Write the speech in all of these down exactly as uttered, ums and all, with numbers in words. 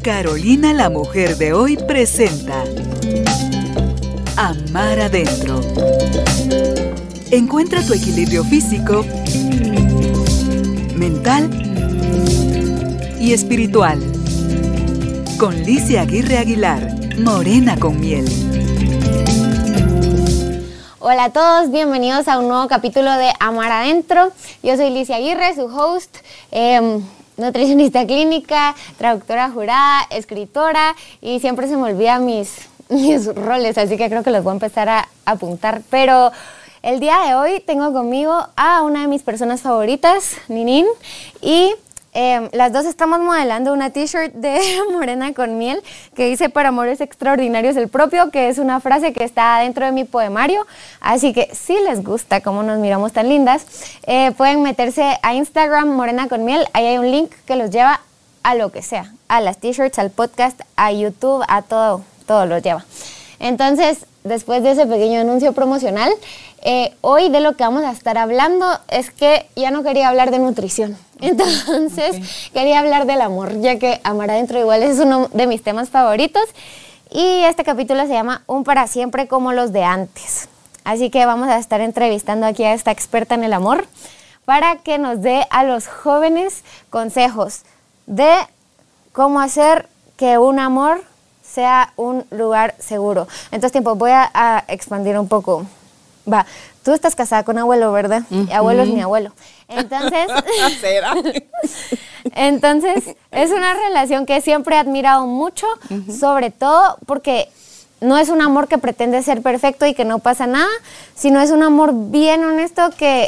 Carolina, la mujer de hoy, presenta Amar Adentro. Encuentra tu equilibrio físico, mental y espiritual. Con Licia Aguirre Aguilar, Morena con Miel. Hola a todos, bienvenidos a un nuevo capítulo de Amar Adentro. Yo soy Licia Aguirre, su host, eh, nutricionista clínica, traductora jurada, escritora, y siempre se me olvidan mis, mis roles, así que creo que los voy a empezar a apuntar. Pero el día de hoy tengo conmigo a una de mis personas favoritas, Ninin, y Eh, las dos estamos modelando una t-shirt de Morena con Miel que dice "Para amores extraordinarios el propio", que es una frase que está dentro de mi poemario. Así que si les gusta cómo nos miramos tan lindas, eh, pueden meterse a Instagram Morena con Miel. Ahí hay un link que los lleva a lo que sea, a las t-shirts, al podcast, a YouTube, a todo, todo los lleva. Entonces, después de ese pequeño anuncio promocional, eh, hoy de lo que vamos a estar hablando es que ya no quería hablar de nutrición. Entonces, okay. quería hablar del amor, ya que Amar Adentro igual es uno de mis temas favoritos. Y este capítulo se llama Un para siempre como los de antes. Así que vamos a estar entrevistando aquí a esta experta en el amor para que nos dé a los jóvenes consejos de cómo hacer que un amor sea un lugar seguro. Entonces, tiempo, voy a, a expandir un poco. Va, tú estás casada con abuelo, ¿verdad? Uh-huh. Y abuelo es mi abuelo. Entonces, ¿será? Entonces, es una relación que siempre he admirado mucho, uh-huh. sobre todo porque no es un amor que pretende ser perfecto y que no pasa nada, sino es un amor bien honesto que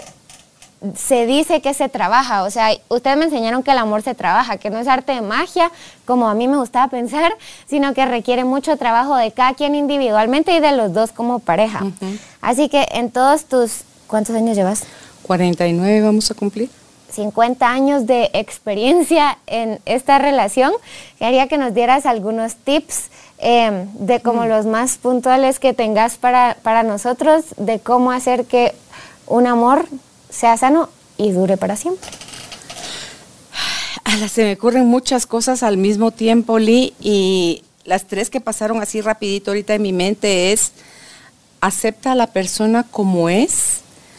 se dice que se trabaja. O sea, ustedes me enseñaron que el amor se trabaja, que no es arte de magia, como a mí me gustaba pensar, sino que requiere mucho trabajo de cada quien individualmente y de los dos como pareja. Uh-huh. Así que en todos tus... ¿Cuántos años llevas? cuarenta y nueve vamos a cumplir. cincuenta años de experiencia en esta relación. Quería que nos dieras algunos tips eh, de como mm. los más puntuales que tengas para, para nosotros, de cómo hacer que un amor sea sano y dure para siempre. Ala, se me ocurren muchas cosas al mismo tiempo, Lee, y las tres que pasaron así rapidito ahorita en mi mente es: acepta a la persona como es,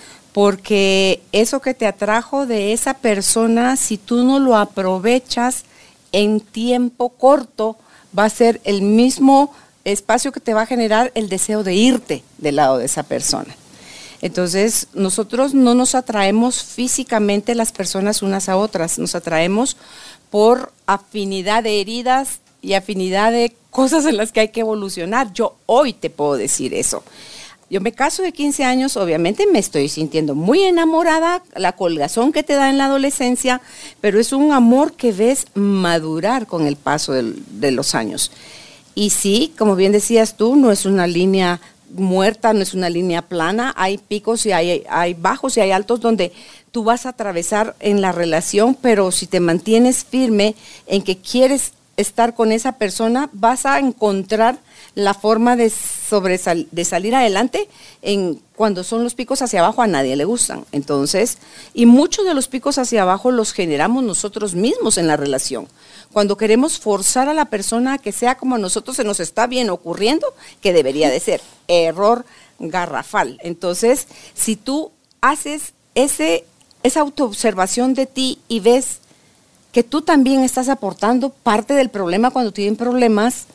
porque eso que te atrajo de esa persona, si tú no lo aprovechas en tiempo corto, va a ser el mismo espacio que te va a generar el deseo de irte del lado de esa persona. Entonces, nosotros no nos atraemos físicamente las personas unas a otras, nos atraemos por afinidad de heridas y afinidad de cosas en las que hay que evolucionar. Yo hoy te puedo decir eso. Yo me caso de quince años, obviamente me estoy sintiendo muy enamorada, la colgazón que te da en la adolescencia, pero es un amor que ves madurar con el paso de, de los años. Y sí, como bien decías tú, no es una línea muerta, no es una línea plana, hay picos y hay, hay bajos y hay altos donde tú vas a atravesar en la relación, pero si te mantienes firme en que quieres estar con esa persona, vas a encontrar la forma de, sobresal, de salir adelante. En, cuando son los picos hacia abajo a nadie le gustan, entonces, y muchos de los picos hacia abajo los generamos nosotros mismos en la relación. Cuando queremos forzar a la persona a que sea como a nosotros se nos está bien ocurriendo que debería de ser, error garrafal. Entonces, si tú haces ese, esa autoobservación de ti y ves que tú también estás aportando parte del problema cuando tienen problemas,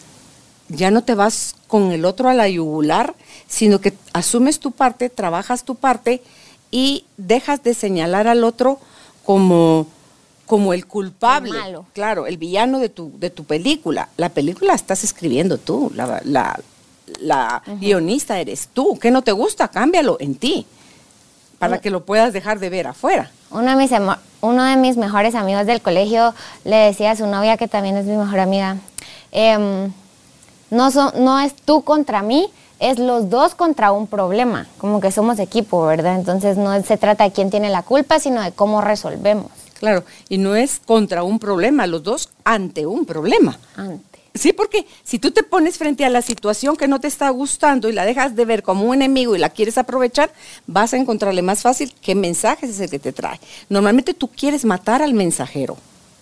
ya no te vas con el otro a la yugular, sino que asumes tu parte, trabajas tu parte y dejas de señalar al otro como, como el culpable, el malo. Claro, el villano de tu, de tu película. La película estás escribiendo tú, la, la, la uh-huh. guionista eres tú. ¿Qué no te gusta? Cámbialo en ti, para uh-huh. que lo puedas dejar de ver afuera. Uno de mis, uno de mis mejores amigos del colegio le decía a su novia, que también es mi mejor amiga, eh, No, so, no es tú contra mí, es los dos contra un problema, como que somos equipo, ¿verdad? Entonces no se trata de quién tiene la culpa, sino de cómo resolvemos. Claro, y no es contra un problema, los dos ante un problema. Ante. Sí, porque si tú te pones frente a la situación que no te está gustando y la dejas de ver como un enemigo y la quieres aprovechar, vas a encontrarle más fácil qué mensaje es el que te trae. Normalmente tú quieres matar al mensajero.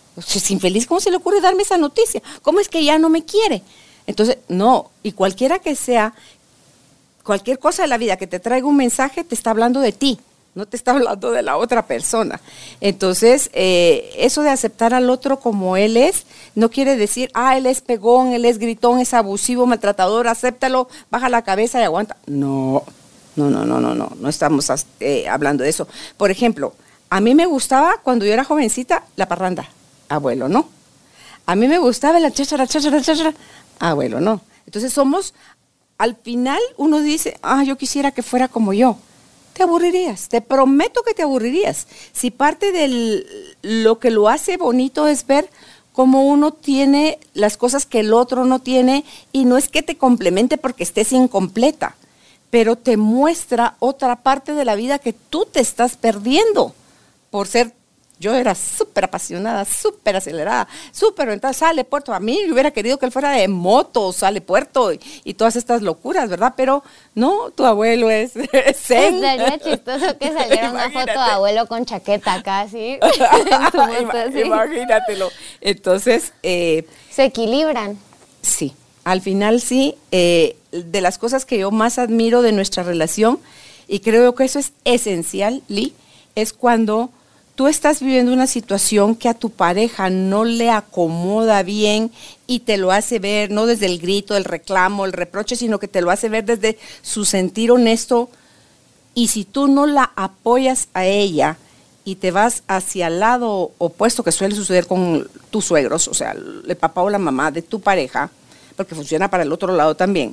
Si es infeliz, ¿cómo se le ocurre darme esa noticia? ¿Cómo es que ya no me quiere? Entonces, no, y cualquiera que sea, cualquier cosa de la vida que te traiga un mensaje, te está hablando de ti, no te está hablando de la otra persona. Entonces, eh, eso de aceptar al otro como él es, no quiere decir, ah, él es pegón, él es gritón, es abusivo, maltratador, acéptalo, baja la cabeza y aguanta. No, no, no, no, no, no, no estamos eh, hablando de eso. Por ejemplo, a mí me gustaba, cuando yo era jovencita, la parranda. Abuelo, no. A mí me gustaba la cháchara, cháchara, cháchara. Abuelo, no. Entonces somos, al final uno dice, ah, yo quisiera que fuera como yo. Te aburrirías, te prometo que te aburrirías. Si parte de lo que lo hace bonito es ver cómo uno tiene las cosas que el otro no tiene, y no es que te complemente porque estés incompleta, pero te muestra otra parte de la vida que tú te estás perdiendo por ser. Yo era súper apasionada, súper acelerada, súper orientada, sale puerto. A mí yo hubiera querido que él fuera de moto, sale puerto y, y todas estas locuras, ¿verdad? Pero no, tu abuelo es zen. Sería chistoso que saliera una foto de abuelo con chaqueta casi. En su moto, así. Imagínatelo. Entonces, eh, se equilibran. Sí, al final sí, eh, de las cosas que yo más admiro de nuestra relación, y creo que eso es esencial, Lee, es cuando tú estás viviendo una situación que a tu pareja no le acomoda bien y te lo hace ver, no desde el grito, el reclamo, el reproche, sino que te lo hace ver desde su sentir honesto. Y si tú no la apoyas a ella y te vas hacia el lado opuesto, que suele suceder con tus suegros, o sea, el papá o la mamá de tu pareja, porque funciona para el otro lado también,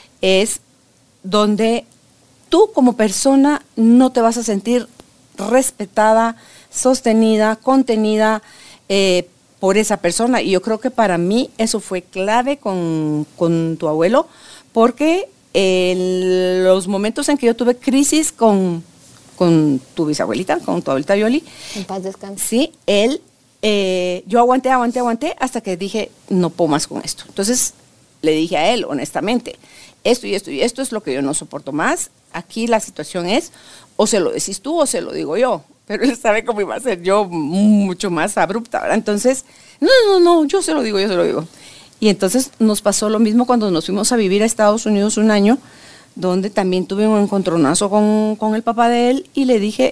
es donde tú como persona no te vas a sentir respetada, sostenida, contenida eh, por esa persona. Y yo creo que para mí eso fue clave con, con tu abuelo, porque en los momentos en que yo tuve crisis con, con tu bisabuelita, con tu abuelita Yoli, en paz descanse. Sí, él, eh, yo aguanté, aguanté, aguanté, hasta que dije, no puedo más con esto. Entonces le dije a él, honestamente, esto y esto y esto es lo que yo no soporto más. Aquí la situación es, o se lo decís tú o se lo digo yo. Pero él sabe cómo iba a ser yo mucho más abrupta, ¿verdad? Entonces, no, no, no, yo se lo digo, yo se lo digo. Y entonces nos pasó lo mismo cuando nos fuimos a vivir a Estados Unidos un año, donde también tuve un encontronazo con, con el papá de él, y le dije,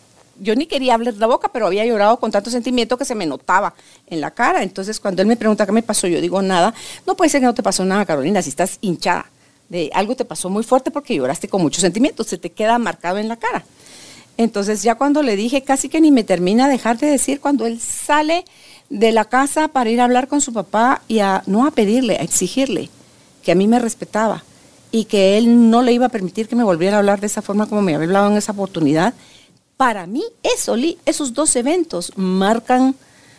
yo ni quería abrir la boca, pero había llorado con tanto sentimiento que se me notaba en la cara. Entonces, cuando él me pregunta qué me pasó, yo digo, nada. No puede ser que no te pasó nada, Carolina, si estás hinchada. De algo te pasó muy fuerte porque lloraste con mucho sentimiento, se te queda marcado en la cara. Entonces ya cuando le dije, casi que ni me termina de dejar de decir, cuando él sale de la casa para ir a hablar con su papá y a, no a pedirle, a exigirle que a mí me respetaba y que él no le iba a permitir que me volviera a hablar de esa forma como me había hablado en esa oportunidad. Para mí eso, esos dos eventos marcan,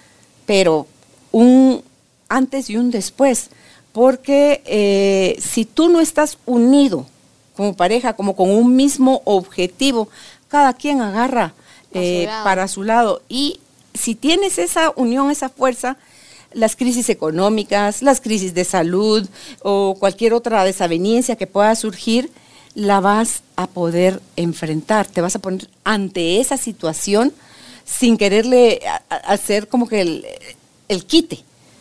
pero un antes y un después, porque eh, si tú no estás unido como pareja, como con un mismo objetivo, cada quien agarra eh, su para su lado. Y si tienes esa unión, esa fuerza, las crisis económicas, las crisis de salud o cualquier otra desaveniencia que pueda surgir, la vas a poder enfrentar. Te vas a poner ante esa situación sin quererle a, a hacer como que el, el quite.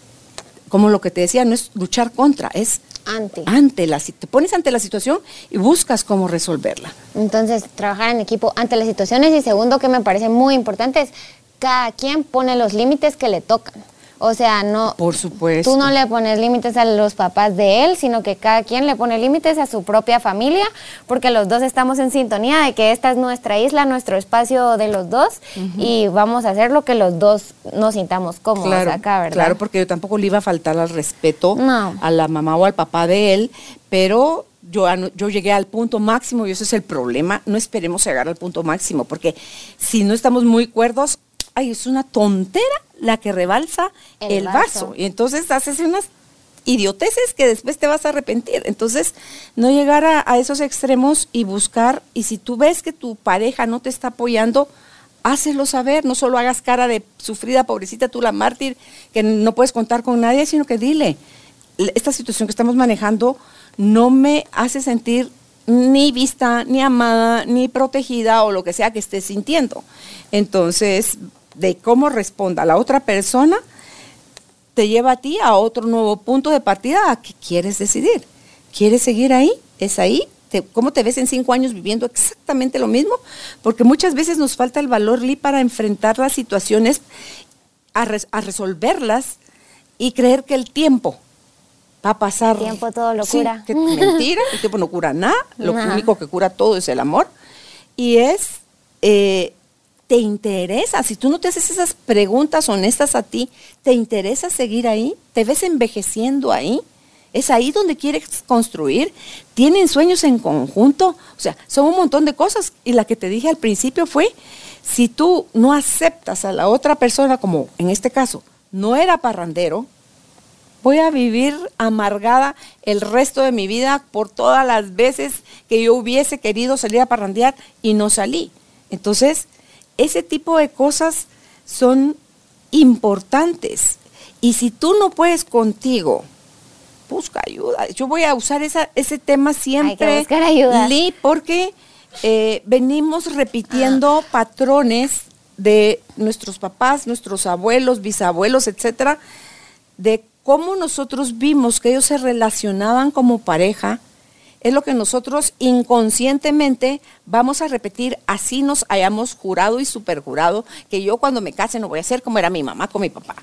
Como lo que te decía, no es luchar contra, es Ante. Ante la, te pones ante la situación y buscas cómo resolverla. Entonces, trabajar en equipo ante las situaciones. Y segundo, que me parece muy importante, es cada quien pone los límites que le tocan. O sea, no. Por supuesto. Tú no le pones límites a los papás de él, sino que cada quien le pone límites a su propia familia, porque los dos estamos en sintonía de que esta es nuestra isla, nuestro espacio de los dos, uh-huh. y vamos a hacer lo que los dos nos sintamos cómodos claro, acá, ¿verdad? Claro, porque yo tampoco le iba a faltar al respeto no. a la mamá o al papá de él, pero yo, yo llegué al punto máximo y ese es el problema. No esperemos llegar al punto máximo, porque si no estamos muy cuerdos, ay, es una tontera la que rebalsa el, el vaso. vaso. Y entonces haces unas idioteces que después te vas a arrepentir. Entonces, no llegar a, a esos extremos y buscar, y si tú ves que tu pareja no te está apoyando, hácelo saber. No solo hagas cara de sufrida, pobrecita, tú la mártir, que no puedes contar con nadie, sino que dile, esta situación que estamos manejando no me hace sentir ni vista, ni amada, ni protegida, o lo que sea que estés sintiendo. Entonces, de cómo responda la otra persona, te lleva a ti a otro nuevo punto de partida a que quieres decidir. ¿Quieres seguir ahí? ¿Es ahí? Te, ¿Cómo te ves en cinco años viviendo exactamente lo mismo? Porque muchas veces nos falta el valor, Lee, para enfrentar las situaciones, a, res, a resolverlas y creer que el tiempo va a pasar. El tiempo todo lo cura. Sí, que mentira, el tiempo no cura nada, lo Nah. único que cura todo es el amor. Y es, eh, ¿te interesa? Si tú no te haces esas preguntas honestas a ti, ¿te interesa seguir ahí? ¿Te ves envejeciendo ahí? ¿Es ahí donde quieres construir? ¿Tienen sueños en conjunto? O sea, son un montón de cosas. Y la que te dije al principio fue, si tú no aceptas a la otra persona, como en este caso, no era parrandero, voy a vivir amargada el resto de mi vida por todas las veces que yo hubiese querido salir a parrandear y no salí. Entonces, ese tipo de cosas son importantes. Y si tú no puedes contigo, busca ayuda. Yo voy a usar esa, ese tema siempre, Hay que buscar ayuda. Lee, porque eh, venimos repitiendo patrones de nuestros papás, nuestros abuelos, bisabuelos, etcétera, de cómo nosotros vimos que ellos se relacionaban como pareja. Es lo que nosotros inconscientemente vamos a repetir, así nos hayamos jurado y superjurado que yo cuando me case no voy a ser como era mi mamá con mi papá.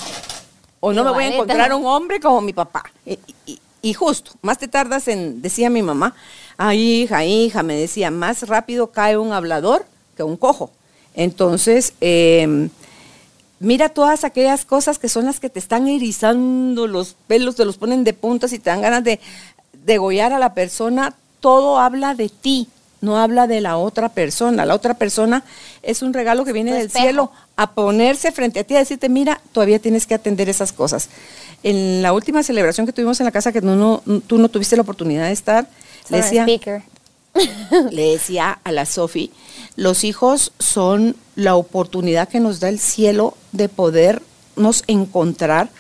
O no me voy a encontrar un hombre como mi papá. Y, y, y justo, más te tardas en, decía mi mamá, ay hija, hija, me decía, más rápido cae un hablador que un cojo. Entonces, eh, mira todas aquellas cosas que son las que te están erizando los pelos, te los ponen de puntas y te dan ganas de degollar a la persona. Todo habla de ti, no habla de la otra persona. La otra persona es un regalo que viene Tu del espejo. cielo a ponerse frente a ti, a decirte, mira, todavía tienes que atender esas cosas. En la última celebración que tuvimos en la casa, que no, no, tú no tuviste la oportunidad de estar, le Sobre decía, speaker. le decía a la Sofi, los hijos son la oportunidad que nos da el cielo de podernos encontrar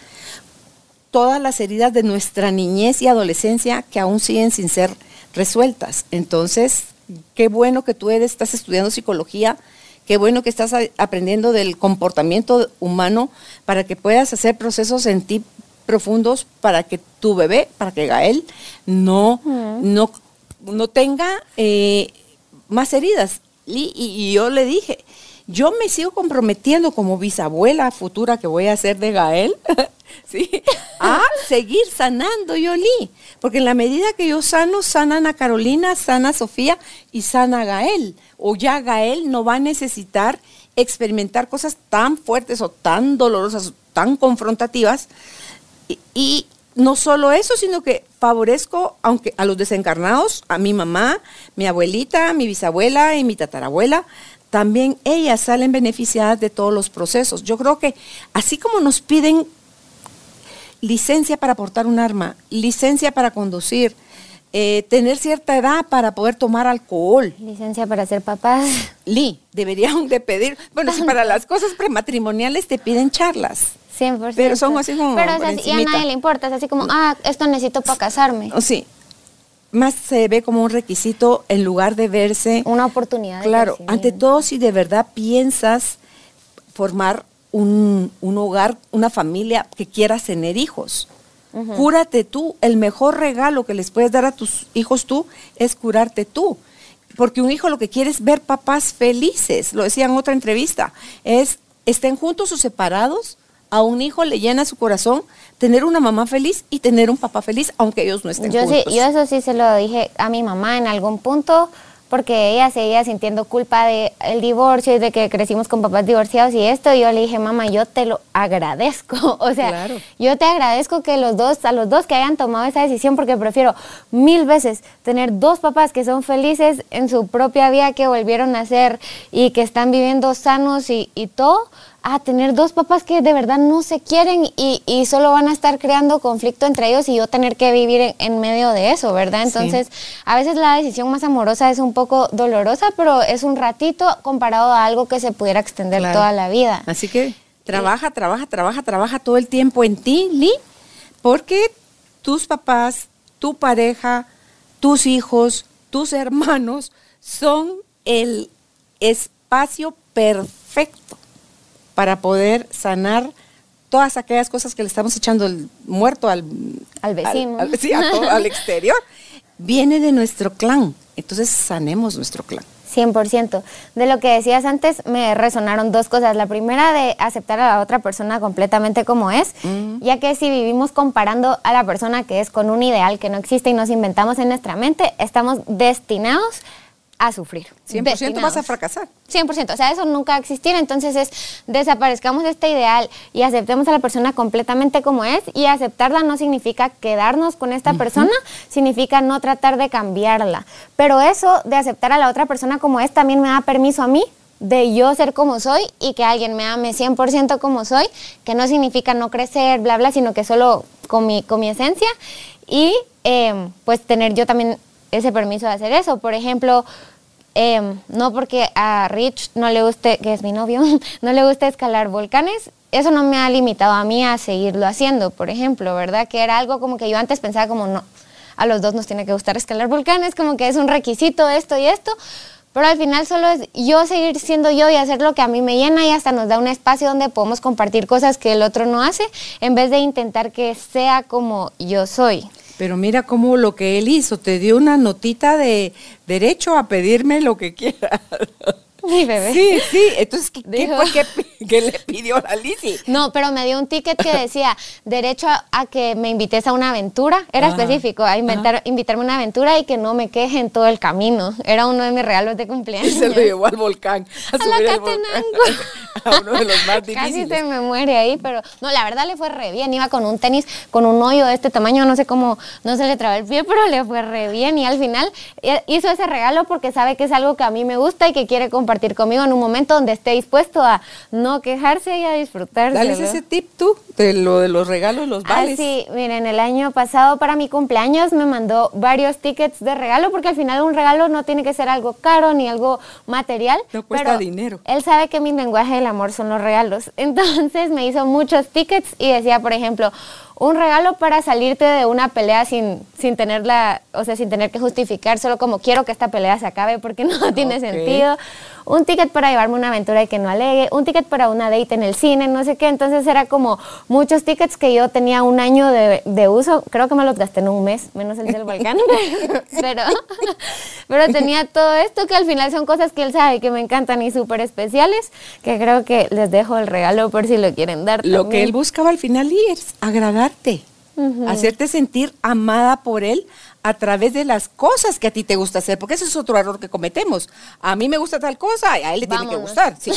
todas las heridas de nuestra niñez y adolescencia que aún siguen sin ser resueltas. Entonces, qué bueno que tú eres, estás estudiando psicología, qué bueno que estás a, aprendiendo del comportamiento humano para que puedas hacer procesos en ti profundos para que tu bebé, para que Gael no, uh-huh. no, no tenga eh, más heridas. Y, y, y yo le dije, yo me sigo comprometiendo como bisabuela futura que voy a ser de Gael, ¿sí? A seguir sanando, Yoli, porque en la medida que yo sano, sana a Carolina, sana a Sofía y sana a Gael, o ya Gael no va a necesitar experimentar cosas tan fuertes o tan dolorosas, o tan confrontativas, y, y no solo eso, sino que favorezco, aunque a los desencarnados, a mi mamá, mi abuelita, mi bisabuela y mi tatarabuela, también ellas salen beneficiadas de todos los procesos. Yo creo que así como nos piden licencia para portar un arma, licencia para conducir, eh, tener cierta edad para poder tomar alcohol. Licencia para ser papás. Lee, deberían de pedir, bueno, si para las cosas prematrimoniales te piden charlas. cien por ciento. Pero son así como Pero es así, y a nadie le importa, es así como, ah, esto necesito para casarme. Sí, más se ve como un requisito en lugar de verse... Una oportunidad. Claro, de ante todo, si de verdad piensas formar un, un hogar, una familia que quieras tener hijos, uh-huh. Cúrate tú. El mejor regalo que les puedes dar a tus hijos tú es curarte tú. Porque un hijo lo que quiere es ver papás felices, lo decía en otra entrevista, es estén juntos o separados. A un hijo le llena su corazón tener una mamá feliz y tener un papá feliz, aunque ellos no estén yo juntos. Sí, yo eso sí se lo dije a mi mamá en algún punto, porque ella seguía sintiendo culpa del divorcio y de que crecimos con papás divorciados y esto. Y yo le dije, mamá, yo te lo agradezco. O sea, claro. Yo te agradezco que los dos, a los dos que hayan tomado esa decisión, porque prefiero mil veces tener dos papás que son felices en su propia vida, que volvieron a ser y que están viviendo sanos y, y todo, a tener dos papás que de verdad no se quieren y, y solo van a estar creando conflicto entre ellos y yo tener que vivir en, en medio de eso, ¿verdad? Entonces, sí. A veces la decisión más amorosa es un poco dolorosa, pero es un ratito comparado a algo que se pudiera extender claro. Toda la vida. Así que trabaja, trabaja, trabaja, trabaja todo el tiempo en ti, Lee, porque tus papás, tu pareja, tus hijos, tus hermanos son el espacio perfecto para poder sanar todas aquellas cosas que le estamos echando el muerto al, al vecino. Al, al, sí, a todo, al exterior. Viene de nuestro clan. Entonces sanemos nuestro clan. cien por ciento. De lo que decías antes, me resonaron dos cosas. La primera, de aceptar a la otra persona completamente como es, uh-huh. ya que si vivimos comparando a la persona que es con un ideal que no existe y nos inventamos en nuestra mente, estamos destinados a sufrir. cien por ciento vas a fracasar. cien por ciento, o sea, eso nunca va a existir, entonces es, desaparezcamos este ideal y aceptemos a la persona completamente como es, y aceptarla no significa quedarnos con esta uh-huh. persona, significa no tratar de cambiarla, pero eso de aceptar a la otra persona como es también me da permiso a mí de yo ser como soy y que alguien me ame cien por ciento como soy, que no significa no crecer, bla, bla, sino que solo con mi, con mi esencia, y eh, pues tener yo también ese permiso de hacer eso. Por ejemplo, eh, no porque a Rich no le guste, que es mi novio, no le gusta escalar volcanes, eso no me ha limitado a mí a seguirlo haciendo, por ejemplo, ¿verdad? Que era algo como que yo antes pensaba como, no, a los dos nos tiene que gustar escalar volcanes, como que es un requisito esto y esto, pero al final solo es yo seguir siendo yo y hacer lo que a mí me llena, y hasta nos da un espacio donde podemos compartir cosas que el otro no hace, en vez de intentar que sea como yo soy. Pero mira cómo lo que él hizo, te dio una notita de derecho a pedirme lo que quieras. Mi bebé. Sí, sí, entonces, ¿qué, ¿qué fue que, que le pidió a Lizzy? No, pero me dio un ticket que decía, derecho a, a que me invites a una aventura, era ajá, específico, a inventar, invitarme a una aventura y que no me queje en todo el camino. Era uno de mis regalos de cumpleaños. Y se lo llevó al volcán. A, a la Catenango. A uno de los más difíciles. Casi se me muere ahí, pero no, la verdad le fue re bien. Iba con un tenis, con un hoyo de este tamaño, no sé cómo, no se le trabó el pie, pero le fue re bien. Y al final hizo ese regalo porque sabe que es algo que a mí me gusta y que quiere compartir conmigo en un momento donde esté dispuesto a no quejarse y a disfrutarse. Dale ese tip tú, de lo de los regalos, los vales. Ah, sí, miren, el año pasado para mi cumpleaños me mandó varios tickets de regalo, porque al final un regalo no tiene que ser algo caro ni algo material. No cuesta pero dinero. Él sabe que mi lenguaje del amor son los regalos. Entonces me hizo muchos tickets y decía, por ejemplo, un regalo para salirte de una pelea sin, sin tenerla, o sea, sin tener que justificar, solo como quiero que esta pelea se acabe porque no tiene okay. sentido. Un ticket para llevarme una aventura y que no alegue, un ticket para una date en el cine, no sé qué. Entonces era como muchos tickets que yo tenía un año de, de uso, creo que me los gasté en un mes, menos el del volcán, pero, pero tenía todo esto que al final son cosas que él sabe que me encantan y súper especiales, que creo que les dejo el regalo por si lo quieren dar. Lo también. Que él buscaba al final es agradarte, uh-huh. hacerte sentir amada por él a través de las cosas que a ti te gusta hacer, porque ese es otro error que cometemos. A mí me gusta tal cosa y a él le Vámonos. Tiene que gustar. Sí.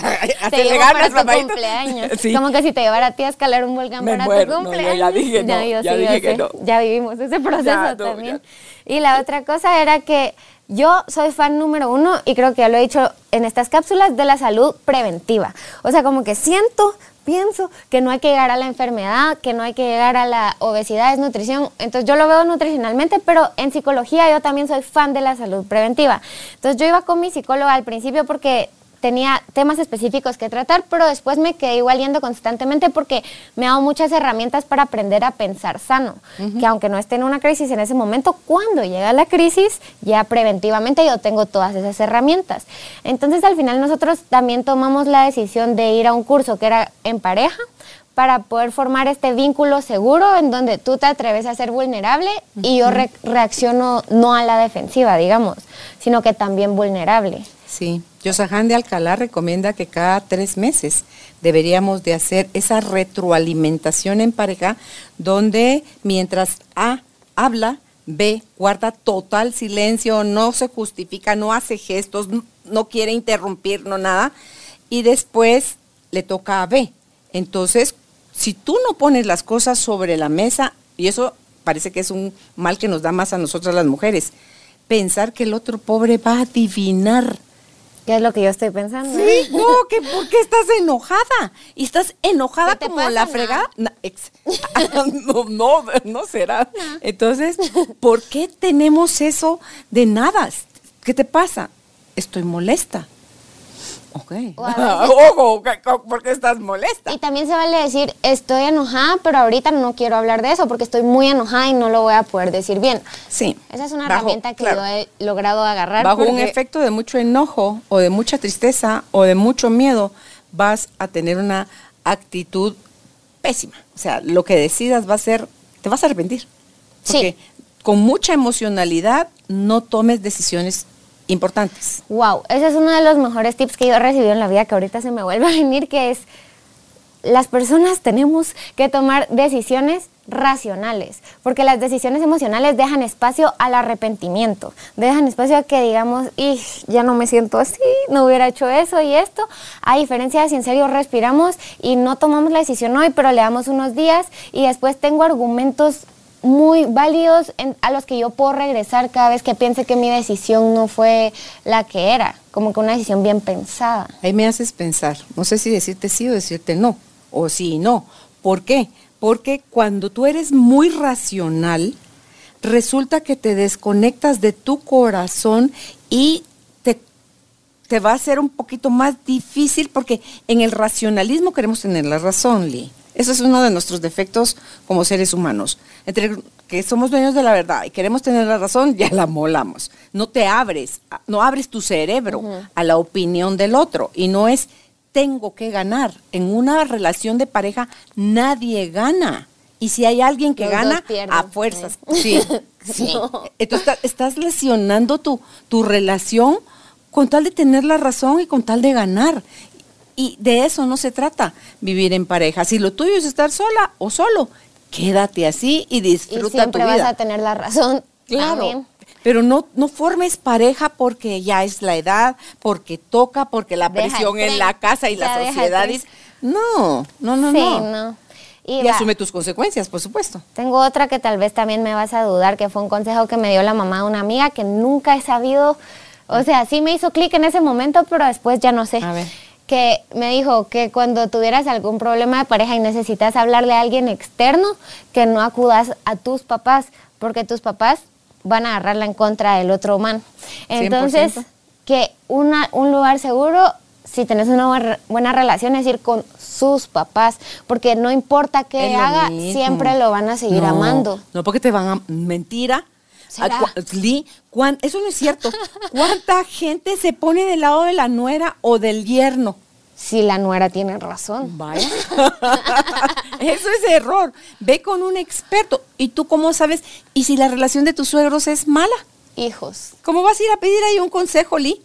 Te llevo para tu cumpleaños. Sí. Como que si te llevara a ti a escalar un volcán me para muero. tu cumpleaños. No, ya dije no, ya, yo ya sí, dije yo que sé. no. Ya vivimos ese proceso ya, no, también. Ya. Y la otra cosa era que yo soy fan número uno, y creo que ya lo he dicho en estas cápsulas, de la salud preventiva. O sea, como que siento... pienso que no hay que llegar a la enfermedad, que no hay que llegar a la obesidad, es nutrición. Entonces yo lo veo nutricionalmente, pero en psicología yo también soy fan de la salud preventiva. Entonces yo iba con mi psicóloga al principio porque tenía temas específicos que tratar, pero después me quedé igual yendo constantemente porque me ha dado muchas herramientas para aprender a pensar sano. Uh-huh. Que aunque no esté en una crisis en ese momento, cuando llega la crisis, ya preventivamente yo tengo todas esas herramientas. Entonces al final nosotros también tomamos la decisión de ir a un curso que era en pareja, para poder formar este vínculo seguro en donde tú te atreves a ser vulnerable uh-huh. y yo re- reacciono no a la defensiva, digamos, sino que también vulnerable. Sí, Yosahan de Alcalá recomienda que cada tres meses deberíamos de hacer esa retroalimentación en pareja, donde mientras A habla, B guarda total silencio, no se justifica, no hace gestos, no quiere interrumpir, no nada, y después le toca a B. Entonces, si tú no pones las cosas sobre la mesa, y eso parece que es un mal que nos da más a nosotras las mujeres, pensar que el otro pobre va a adivinar. ¿Qué es lo que yo estoy pensando? Sí, no, que ¿por qué estás enojada? Y estás enojada como pasa, la no? fregada. No, ex, no, no, no será. No. Entonces, ¿por qué tenemos eso de nada? ¿Qué te pasa? Estoy molesta. Ok. Ojo, ¿por qué estás molesta? Y también se vale decir, estoy enojada, pero ahorita no quiero hablar de eso porque estoy muy enojada y no lo voy a poder decir bien. Sí. Esa es una bajo, herramienta que claro. yo he logrado agarrar. Bajo porque... un efecto de mucho enojo o de mucha tristeza o de mucho miedo, vas a tener una actitud pésima. O sea, lo que decidas va a ser, te vas a arrepentir. Porque Sí. con mucha emocionalidad no tomes decisiones importantes. Wow, ese es uno de los mejores tips que yo he recibido en la vida, que ahorita se me vuelve a venir, que es, las personas tenemos que tomar decisiones racionales, porque las decisiones emocionales dejan espacio al arrepentimiento, dejan espacio a que digamos, y ya no me siento así, no hubiera hecho eso y esto, a diferencia de si en serio respiramos y no tomamos la decisión hoy, pero le damos unos días y después tengo argumentos muy válidos en, a los que yo puedo regresar cada vez que piense que mi decisión no fue la que era, como que una decisión bien pensada. Ahí me haces pensar, no sé si decirte sí o decirte no, o sí y no. ¿Por qué? Porque cuando tú eres muy racional, resulta que te desconectas de tu corazón y te, te va a ser un poquito más difícil, porque en el racionalismo queremos tener la razón, Lee. Eso es uno de nuestros defectos como seres humanos. Entre que somos dueños de la verdad y queremos tener la razón, ya la molamos. No te abres, no abres tu cerebro uh-huh. a la opinión del otro. Y no es tengo que ganar. En una relación de pareja nadie gana. Y si hay alguien que Los gana, pierden, a fuerzas. ¿eh? Sí, sí. No. Entonces estás, estás lesionando tu, tu relación con tal de tener la razón y con tal de ganar. Y de eso no se trata, vivir en pareja. Si lo tuyo es estar sola o solo, quédate así y disfruta y siempre tu vida. vas a tener la razón. Claro, Amén. pero no, no formes pareja porque ya es la edad, porque toca, porque la Deja presión el en tren, la casa y ya la deja el sociedad tren. dice, no, no, no, Sí, no. no. Y, va, asume tus consecuencias, por supuesto. Tengo otra que tal vez también me vas a dudar, que fue un consejo que me dio la mamá de una amiga que nunca he sabido, o sea, sí me hizo clic en ese momento, pero después ya no sé. A ver. Que me dijo que cuando tuvieras algún problema de pareja y necesitas hablarle a alguien externo, que no acudas a tus papás, porque tus papás van a agarrarla en contra del otro man. Entonces, cien por ciento. que una, un lugar seguro, si tenés una buena, buena relación, es ir con sus papás, porque no importa qué Es lo haga, mismo. siempre lo van a seguir No, amando. No, porque te van a... Mentira. ¿Será? A cua- Lee, cuán- eso no es cierto. ¿Cuánta gente se pone del lado de la nuera o del yerno? Si la nuera tiene razón. Vaya. Eso es error. Ve con un experto. ¿Y tú cómo sabes? ¿Y si la relación de tus suegros es mala? Hijos. ¿Cómo vas a ir a pedir ahí un consejo, Lee?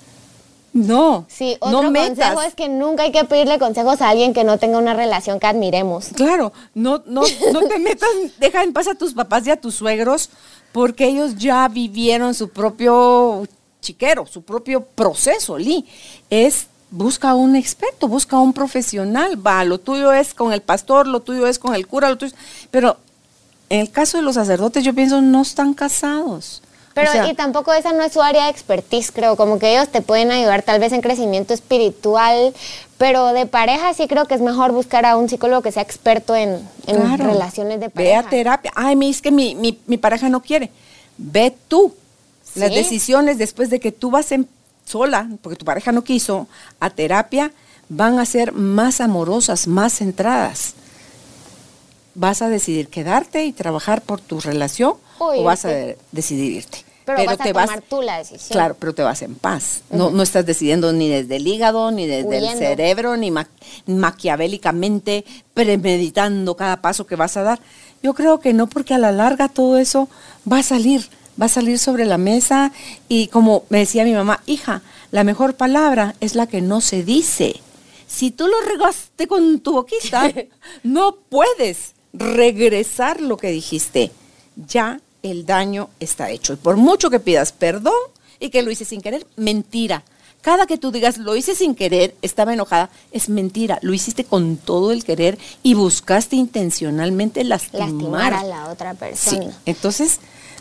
No. Sí, otro no metas. consejo es que nunca hay que pedirle consejos a alguien que no tenga una relación que admiremos. Claro, no, no, no te metas, deja en paz a tus papás y a tus suegros, porque ellos ya vivieron su propio chiquero, su propio proceso, Lee. Es, busca un experto, busca un profesional, va, lo tuyo es con el pastor, lo tuyo es con el cura, lo tuyo, pero en el caso de los sacerdotes yo pienso no están casados. Pero O sea, y tampoco esa no es su área de expertise, creo, como que ellos te pueden ayudar tal vez en crecimiento espiritual, pero de pareja sí creo que es mejor buscar a un psicólogo que sea experto en, en claro, relaciones de ve pareja. a terapia. Ay, me es que mi, mi, mi pareja no quiere. Ve tú. Sí. Las decisiones después de que tú vas en, sola, porque tu pareja no quiso, a terapia, van a ser más amorosas, más centradas. ¿Vas a decidir quedarte y trabajar por tu relación Uy, o vas a sí. de- decidir irte? Pero, vas a tomar tú la decisión. Claro, pero te vas en paz. No, no estás decidiendo ni desde el hígado, ni desde el Huyendo. cerebro, ni ma- maquiavélicamente premeditando cada paso que vas a dar. Yo creo que no, porque a la larga todo eso va a salir, va a salir sobre la mesa y como me decía mi mamá, hija, la mejor palabra es la que no se dice. Si tú lo regaste con tu boquita, no puedes regresar lo que dijiste. Ya el daño está hecho. Y por mucho que pidas perdón y que lo hice sin querer, mentira. Cada que tú digas, lo hice sin querer, estaba enojada, es mentira. Lo hiciste con todo el querer y buscaste intencionalmente lastimar. Lastimar a la otra Sí, persona. entonces,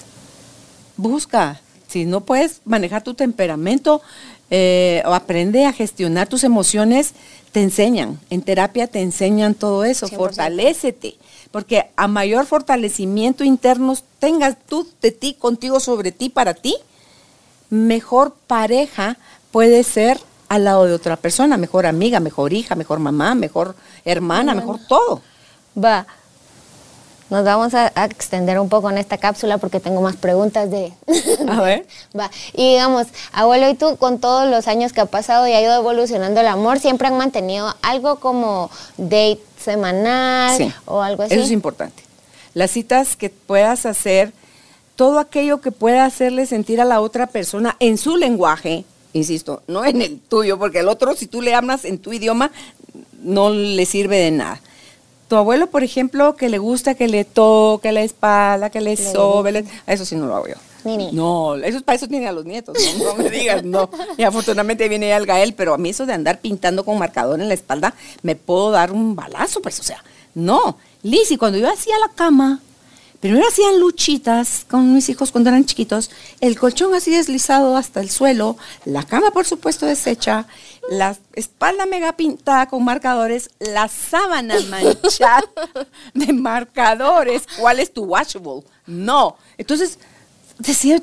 busca. Si no puedes manejar tu temperamento eh, o aprende a gestionar tus emociones, te enseñan. En terapia te enseñan todo eso. cien por ciento. Fortalécete. Porque a mayor fortalecimiento interno tengas tú de ti, contigo, sobre ti, para ti, mejor pareja puede ser al lado de otra persona, mejor amiga, mejor hija, mejor mamá, mejor hermana, mejor todo. Va. nos vamos a, a extender un poco en esta cápsula porque tengo más preguntas de... A ver. Va. Y digamos, abuelo, ¿y tú con todos los años que ha pasado y ha ido evolucionando el amor, siempre han mantenido algo como date semanal Sí, o algo así? eso es importante. Las citas que puedas hacer, todo aquello que pueda hacerle sentir a la otra persona en su lenguaje, insisto, no en el tuyo, porque el otro, si tú le hablas en tu idioma, no le sirve de nada. Tu abuelo, por ejemplo, que le gusta que le toque la espalda, que le sobe, le- eso sí no lo hago yo. Ni, ni. No, eso, para eso tiene a los nietos, no, no me digas, no. Y afortunadamente viene ya el Gael, pero a mí eso de andar pintando con marcador en la espalda, me puedo dar un balazo, pues, o sea, no. Lizzy, cuando yo hacía la cama, primero hacían luchitas con mis hijos cuando eran chiquitos, el colchón así deslizado hasta el suelo, la cama por supuesto deshecha, la espalda mega pintada con marcadores, la sábana manchada de marcadores. ¿Cuál es tu washable? No. Entonces, decía,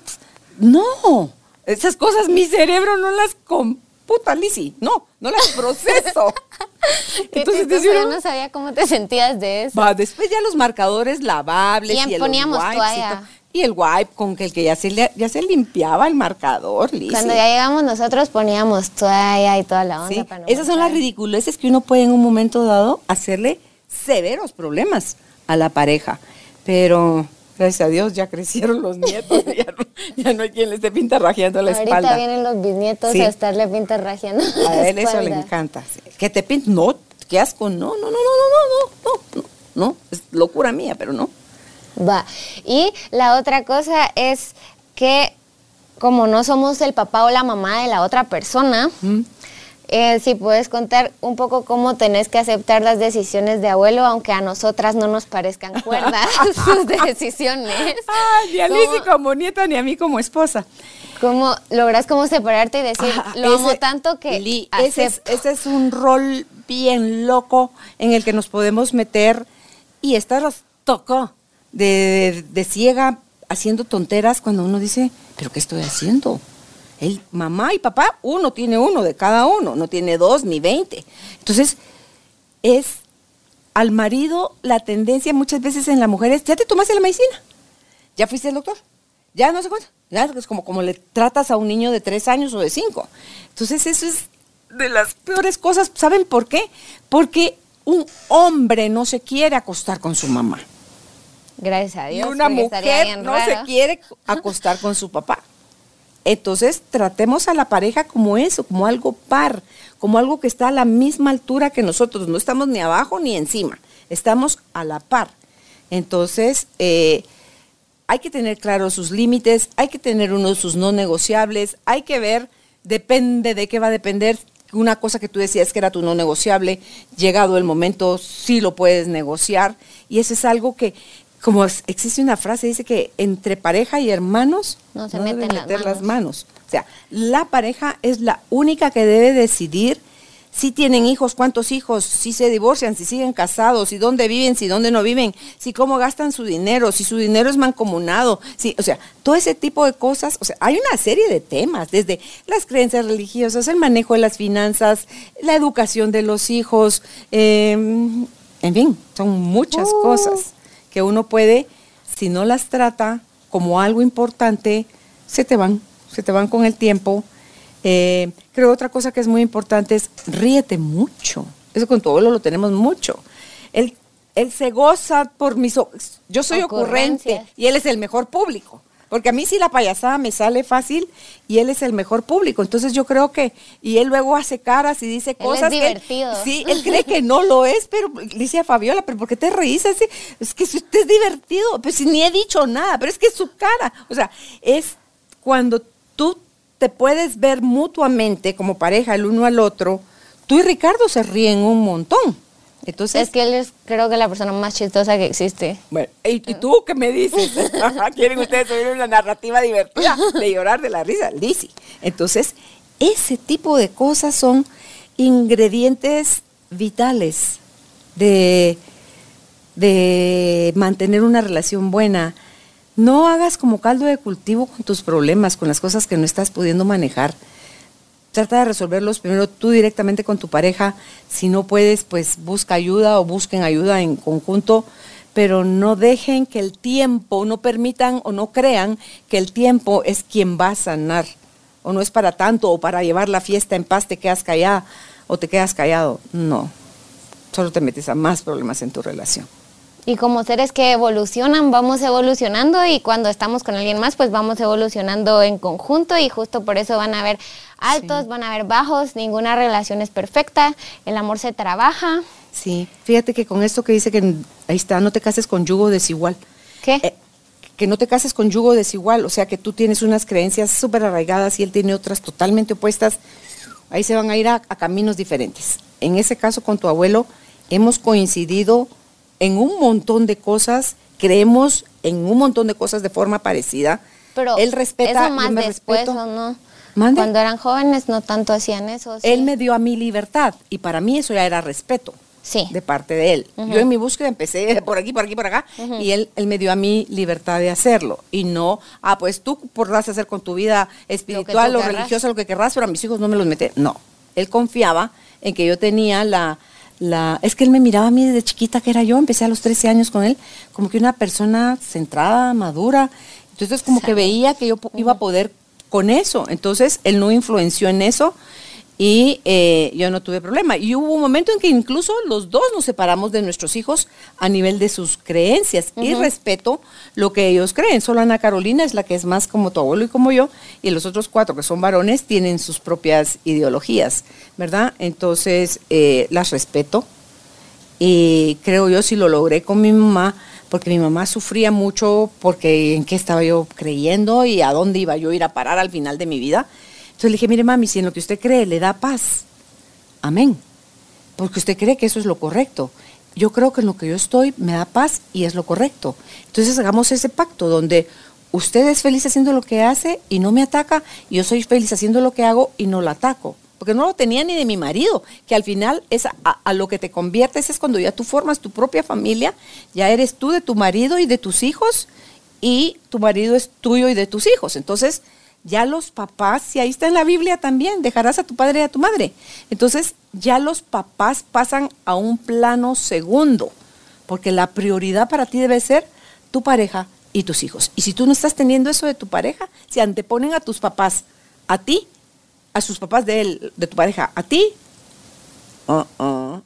no, esas cosas mi cerebro no las computa, Lizzy, no, no las proceso. Qué Entonces, chistoso, decía yo uno, no sabía cómo te sentías de eso. va, después ya los marcadores lavables Y y, el poníamos wipes y toalla. todo. Y el wipe con que el que ya se, le- ya se limpiaba el marcador, Lizzy. Cuando ya llegamos nosotros poníamos toalla y toda la onda. Sí, para no esas son las manchar. ridiculeces que uno puede en un momento dado hacerle severos problemas a la pareja. Pero, gracias a Dios, ya crecieron los nietos, ya no, ya no hay quien le esté pintarrajeando la Ahorita espalda. vienen los bisnietos Sí. a estarle pintarrajeando la A él eso le espalda. encanta. Sí. Que te pinten, no, qué asco, no, no, no, no, no, no, no, no, no, es locura mía, pero no. Va. Y la otra cosa es que como no somos el papá o la mamá de la otra persona, Mm. eh, si puedes contar un poco cómo tenés que aceptar las decisiones de abuelo, aunque a nosotras no nos parezcan cuerdas sus decisiones. Ay, ni a ¿Cómo- Lizzy como nieta, ni a mí como esposa. ¿Cómo logras como separarte y decir, Ajá, lo amo ese- tanto que Li, ese es, acepto"? ese es un rol bien loco en el que nos podemos meter y estar las tocó de, de, de ciega haciendo tonteras cuando uno dice, ¿pero qué estoy haciendo? El mamá y papá, uno tiene uno de cada uno, no tiene dos ni veinte. Entonces, es al marido la tendencia muchas veces en la mujer es, ¿ya te tomaste la medicina? ¿Ya fuiste al doctor? Ya no sé cuánto. Ya es como, como le tratas a un niño de tres años o de cinco. Entonces eso es de las peores cosas. ¿Saben por qué? Porque un hombre no se quiere acostar con su mamá. Gracias a Dios. Y una porque estaría mujer bien no raro. se quiere acostar con su papá. Entonces tratemos a la pareja como eso, como algo par, como algo que está a la misma altura que nosotros. No estamos ni abajo ni encima, estamos a la par. Entonces, eh, hay que tener claros sus límites, hay que tener uno de sus no negociables, hay que ver, depende de qué va a depender. Una cosa que tú decías que era tu no negociable, llegado el momento, sí lo puedes negociar. Y eso es algo que, como es- existe una frase, dice que entre pareja y hermanos No se deben meten las meter las manos. manos. O sea, la pareja es la única que debe decidir si tienen hijos, cuántos hijos, si se divorcian, si siguen casados, si dónde viven, si dónde no viven, si cómo gastan su dinero, si su dinero es mancomunado, si, o sea, todo ese tipo de cosas. O sea, hay una serie de temas, desde las creencias religiosas, el manejo de las finanzas, la educación de los hijos, eh, en fin, son muchas Uh. cosas que uno puede, si no las trata como algo importante, se te van, se te van con el tiempo. Eh, creo otra cosa que es muy importante es ríete mucho. Eso con tu abuelo lo tenemos mucho. Él, él se goza por mis... o- Yo soy ocurrente Ocurrencias. y él es el mejor público. Porque a mí sí la payasada me sale fácil y él es el mejor público. Entonces yo creo que... Y él luego hace caras y dice Él es cosas que... divertido. Sí, él cree que no lo es, pero le dice a Fabiola, ¿pero por qué te reís así? Es que si usted es divertido, pues si ni he dicho nada, pero es que es su cara. O sea, es cuando tú te puedes ver mutuamente como pareja el uno al otro, tú y Ricardo se ríen un montón. Entonces, Es que él es, creo que, la persona más chistosa que existe. bueno, ¿y, y tú qué me dices? ¿Quieren ustedes oír una narrativa divertida de llorar de la risa? Lizzy. Entonces, ese tipo de cosas son ingredientes vitales de, de mantener una relación buena. No hagas como caldo de cultivo con tus problemas, con las cosas que no estás pudiendo manejar. Trata de resolverlos primero tú directamente con tu pareja. Si no puedes, pues busca ayuda o busquen ayuda en conjunto. pero no dejen que el tiempo, no permitan o no crean que el tiempo es quien va a sanar, o no es para tanto, o para llevar la fiesta en paz te quedas callada o te quedas callado. No, solo te metes a más problemas en tu relación. Y como seres que evolucionan, vamos evolucionando, y cuando estamos con alguien más, pues vamos evolucionando en conjunto, y justo por eso van a haber altos, sí. van a haber bajos, ninguna relación es perfecta, el amor se trabaja. Sí, fíjate que con esto que dice que, ahí está, no te cases con yugo desigual. ¿Qué? Eh, que no te cases con yugo desigual, o sea que tú tienes unas creencias súper arraigadas y él tiene otras totalmente opuestas, ahí se van a ir a, a caminos diferentes. En ese caso con tu abuelo hemos coincidido en un montón de cosas, creemos en un montón de cosas de forma parecida. Pero él respeta, eso más yo me después, respeto. ¿o no? ¿Mande? Cuando eran jóvenes no tanto hacían eso. ¿Sí? Él me dio a mí libertad y para mí eso ya era respeto. Sí. De parte de él. Uh-huh. Yo en mi búsqueda empecé por aquí, por aquí, por acá, uh-huh. y él, él me dio a mí libertad de hacerlo. Y no, ah, pues tú podrás hacer con tu vida espiritual o religiosa lo que querrás, pero a mis hijos no me los mete. No, él confiaba en que yo tenía la, la... Es que él me miraba a mí desde chiquita que era yo, empecé a los trece años con él, como que una persona centrada, madura. Entonces como que veía que yo uh-huh. iba a poder con eso. Entonces él no influenció en eso. Y eh, yo no tuve problema. Y hubo un momento en que incluso los dos nos separamos de nuestros hijos a nivel de sus creencias. Uh-huh. Y respeto lo que ellos creen. Solo Ana Carolina es la que es más como tu abuelo y como yo. Y los otros cuatro, que son varones, tienen sus propias ideologías, ¿verdad? Entonces, eh, las respeto. Y creo yo si lo logré con mi mamá, porque mi mamá sufría mucho porque en qué estaba yo creyendo y a dónde iba yo a ir a parar al final de mi vida. Entonces le dije, mire mami, si en lo que usted cree le da paz, amén, porque usted cree que eso es lo correcto. Yo creo que en lo que yo estoy me da paz y es lo correcto. Entonces hagamos ese pacto donde usted es feliz haciendo lo que hace y no me ataca, y yo soy feliz haciendo lo que hago y no lo ataco. Porque no lo tenía ni de mi marido, que al final es a, a lo que te conviertes es cuando ya tú formas tu propia familia, ya eres tú de tu marido y de tus hijos, y tu marido es tuyo y de tus hijos. Entonces, ya los papás, y ahí está en la Biblia también, dejarás a tu padre y a tu madre. Entonces, ya los papás pasan a un plano segundo, porque la prioridad para ti debe ser tu pareja y tus hijos. Y si tú no estás teniendo eso de tu pareja, si anteponen a tus papás, a ti, a sus papás de él, de tu pareja, a ti, uh-uh.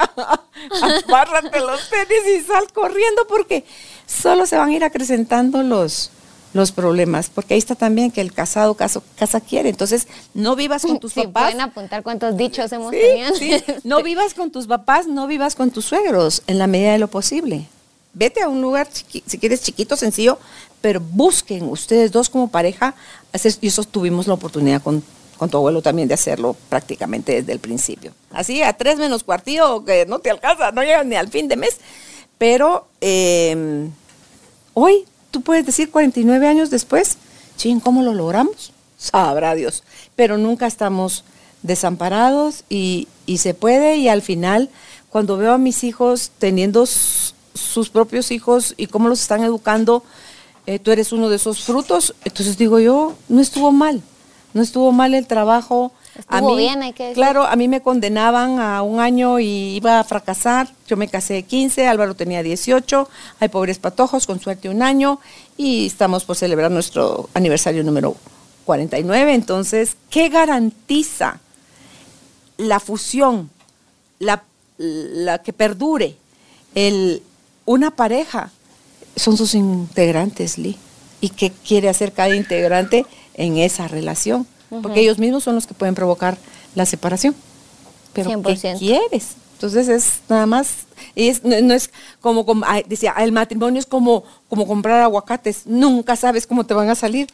Apárrate los tenis y sal corriendo, porque solo se van a ir acrecentando los... los problemas, porque ahí está también que el casado caso, casa quiere. Entonces no vivas con tus sí, papás. Pueden apuntar cuántos dichos hemos sí, tenido. Sí. No vivas con tus papás, no vivas con tus suegros en la medida de lo posible. Vete a un lugar, chiqui, si quieres chiquito, sencillo, pero busquen ustedes dos como pareja hacer, y eso tuvimos la oportunidad con, con tu abuelo también de hacerlo prácticamente desde el principio. Así a tres menos cuartillo, que no te alcanza, no llegas ni al fin de mes, pero eh, hoy tú puedes decir cuarenta y nueve años después, ching, ¿cómo lo logramos? Sabrá Dios. Pero nunca estamos desamparados y, y se puede, y al final, cuando veo a mis hijos teniendo s- sus propios hijos y cómo los están educando, eh, tú eres uno de esos frutos, entonces digo yo, no estuvo mal, no estuvo mal el trabajo. Estuvo a mí, bien, hay que decir. Claro, a mí me condenaban a un año y iba a fracasar. Yo me casé de quince, Álvaro tenía dieciocho, hay pobres patojos, con suerte un año, y estamos por celebrar nuestro aniversario número cuarenta y nueve. Entonces, ¿qué garantiza la fusión, la, la que perdure el, una pareja? Son sus integrantes, Lee. ¿Y qué quiere hacer cada integrante en esa relación? Porque uh-huh. ellos mismos son los que pueden provocar la separación. Pero cien por ciento. ¿Qué quieres? Entonces es nada más, es, no, no es como, como ay, decía, el matrimonio es como, como comprar aguacates, nunca sabes cómo te van a salir.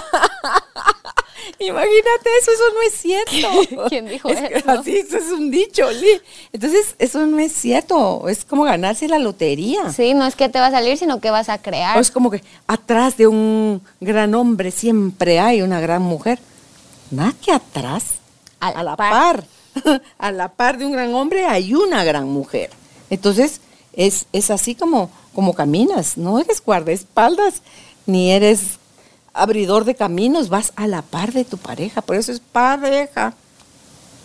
Imagínate eso, eso no es cierto. ¿Quién dijo es eso? Así, eso es un dicho, Lee. Entonces, eso no es cierto, es como ganarse la lotería. Sí, no es que te va a salir, sino que vas a crear. O es como que atrás de un gran hombre siempre hay una gran mujer. Nada que atrás, a la, a la par, par. a la par de un gran hombre hay una gran mujer. Entonces, es, es así como, como caminas, no eres guardaespaldas, ni eres abridor de caminos, vas a la par de tu pareja, por eso es pareja.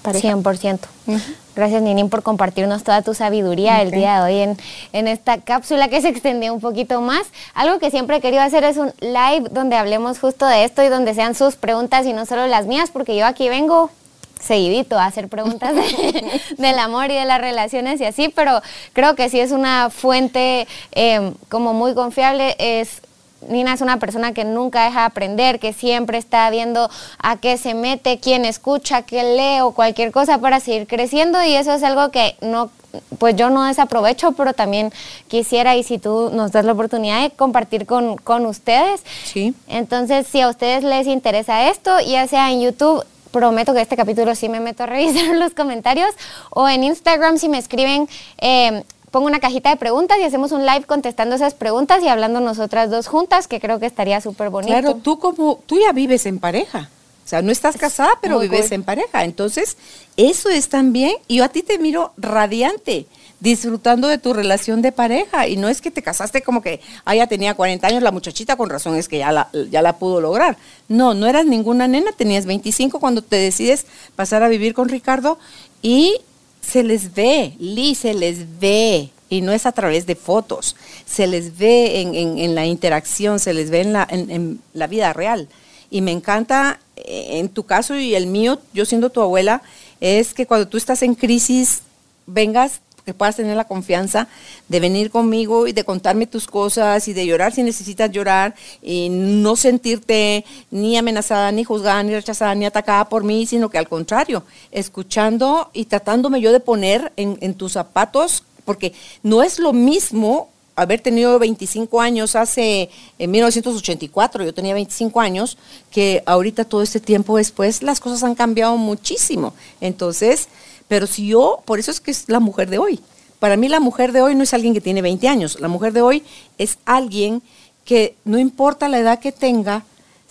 pareja. cien por ciento. Uh-huh. Gracias, Ninín, por compartirnos toda tu sabiduría okay. el día de hoy en, en esta cápsula que se extendió un poquito más. Algo que siempre he querido hacer es un live donde hablemos justo de esto y donde sean sus preguntas y no solo las mías, porque yo aquí vengo seguidito a hacer preguntas de, del amor y de las relaciones y así, pero creo que sí es una fuente eh, como muy confiable. Es Nina es una persona que nunca deja de aprender, que siempre está viendo a qué se mete, quién escucha, qué lee o cualquier cosa para seguir creciendo, y eso es algo que no, pues yo no desaprovecho, pero también quisiera, y si tú nos das la oportunidad de compartir con, con ustedes. Sí. Entonces, si a ustedes les interesa esto, ya sea en YouTube, prometo que este capítulo sí me meto a revisar los comentarios, o en Instagram si me escriben, eh, pongo una cajita de preguntas y hacemos un live contestando esas preguntas y hablando nosotras dos juntas, que creo que estaría súper bonito. Claro, tú como, tú ya vives en pareja, o sea, no estás casada, pero Muy vives cool. en pareja, entonces eso es también, y yo a ti te miro radiante, disfrutando de tu relación de pareja, y no es que te casaste como que, ah, ya tenía cuarenta años la muchachita, con razón es que ya la, ya la pudo lograr. No, no eras ninguna nena, tenías veinticinco cuando te decides pasar a vivir con Ricardo, y se les ve, Lee, se les ve, y no es a través de fotos, se les ve en, en, en la interacción, se les ve en la, en, en la vida real. Y me encanta, en tu caso y el mío, yo siendo tu abuela, es que cuando tú estás en crisis, vengas, que puedas tener la confianza de venir conmigo y de contarme tus cosas y de llorar si necesitas llorar, y no sentirte ni amenazada, ni juzgada, ni rechazada, ni atacada por mí, sino que al contrario, escuchando y tratándome yo de poner en, en tus zapatos, porque no es lo mismo haber tenido veinticinco años hace, en mil novecientos ochenta y cuatro, yo tenía veinticinco años, que ahorita todo este tiempo después las cosas han cambiado muchísimo. Entonces, pero si yo, por eso es que es la mujer de hoy. Para mí la mujer de hoy no es alguien que tiene veinte años, la mujer de hoy es alguien que no importa la edad que tenga,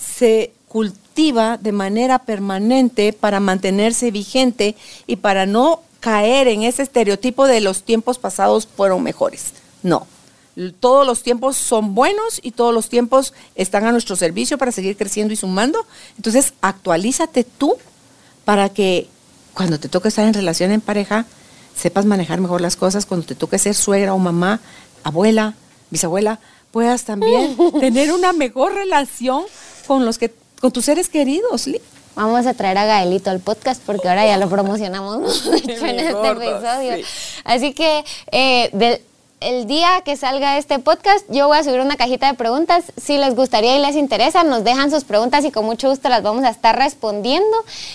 se cultiva de manera permanente para mantenerse vigente y para no caer en ese estereotipo de los tiempos pasados fueron mejores. No. Todos los tiempos son buenos y todos los tiempos están a nuestro servicio para seguir creciendo y sumando. Entonces, actualízate tú para que cuando te toque estar en relación en pareja, sepas manejar mejor las cosas. Cuando te toque ser suegra o mamá, abuela, bisabuela, puedas también tener una mejor relación con los que, con tus seres queridos, Lee. Vamos a traer a Gaelito al podcast porque ahora ya lo promocionamos mucho en este episodio. Sí. Así que eh, del el día que salga este podcast, yo voy a subir una cajita de preguntas. Si les gustaría y les interesa, nos dejan sus preguntas y con mucho gusto las vamos a estar respondiendo.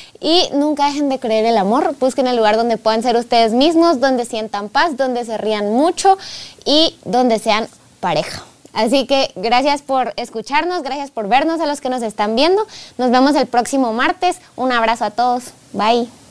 Y nunca dejen de creer el amor. Busquen el lugar donde puedan ser ustedes mismos, donde sientan paz, donde se rían mucho y donde sean pareja. Así que gracias por escucharnos, gracias por vernos a los que nos están viendo. Nos vemos el próximo martes. Un abrazo a todos. Bye.